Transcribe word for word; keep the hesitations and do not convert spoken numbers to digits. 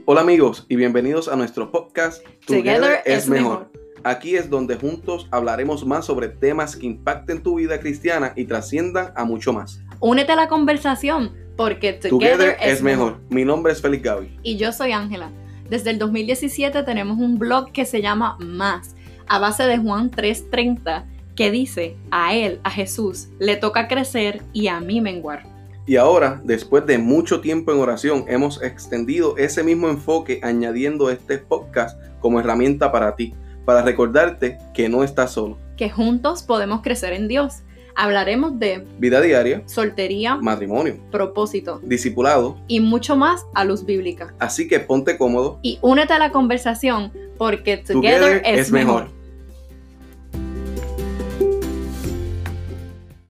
Hola amigos y bienvenidos a nuestro podcast Together, Together es mejor. mejor. Aquí es donde juntos hablaremos más sobre temas que impacten tu vida cristiana y trasciendan a mucho más. Únete a la conversación porque Together, Together es, es mejor. mejor. Mi nombre es Félix Gaby. Y yo soy Ángela. Desde el dos mil diecisiete tenemos un blog que se llama Más, a base de Juan tres treinta, que dice: a él, a Jesús, le toca crecer y a mí menguar. Y ahora, después de mucho tiempo en oración, hemos extendido ese mismo enfoque añadiendo este podcast como herramienta para ti, para recordarte que no estás solo. Que juntos podemos crecer en Dios. Hablaremos de vida diaria, soltería, matrimonio, propósito, discipulado y mucho más a luz bíblica. Así que ponte cómodo y únete a la conversación porque Together, Together es es mejor. mejor.